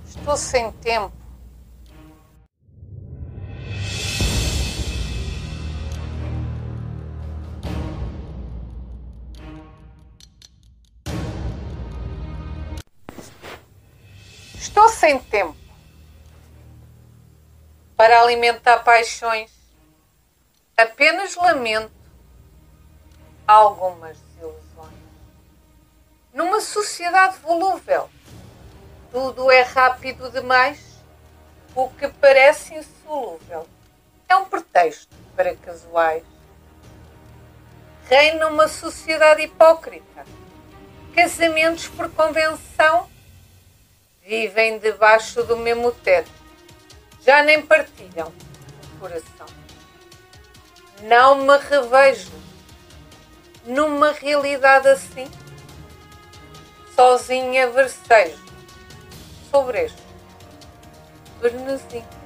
Estou sem tempo. Estou sem tempo para alimentar paixões. Apenas lamento algumas desilusões. Numa sociedade volúvel, tudo é rápido demais. O que parece insolúvel é um pretexto para casuais. Reina uma sociedade hipócrita. Casamentos por convenção vivem debaixo do mesmo teto. Já nem partilham o coração. Não me revejo numa realidade assim. Sozinha versejo sobre este vernezinho.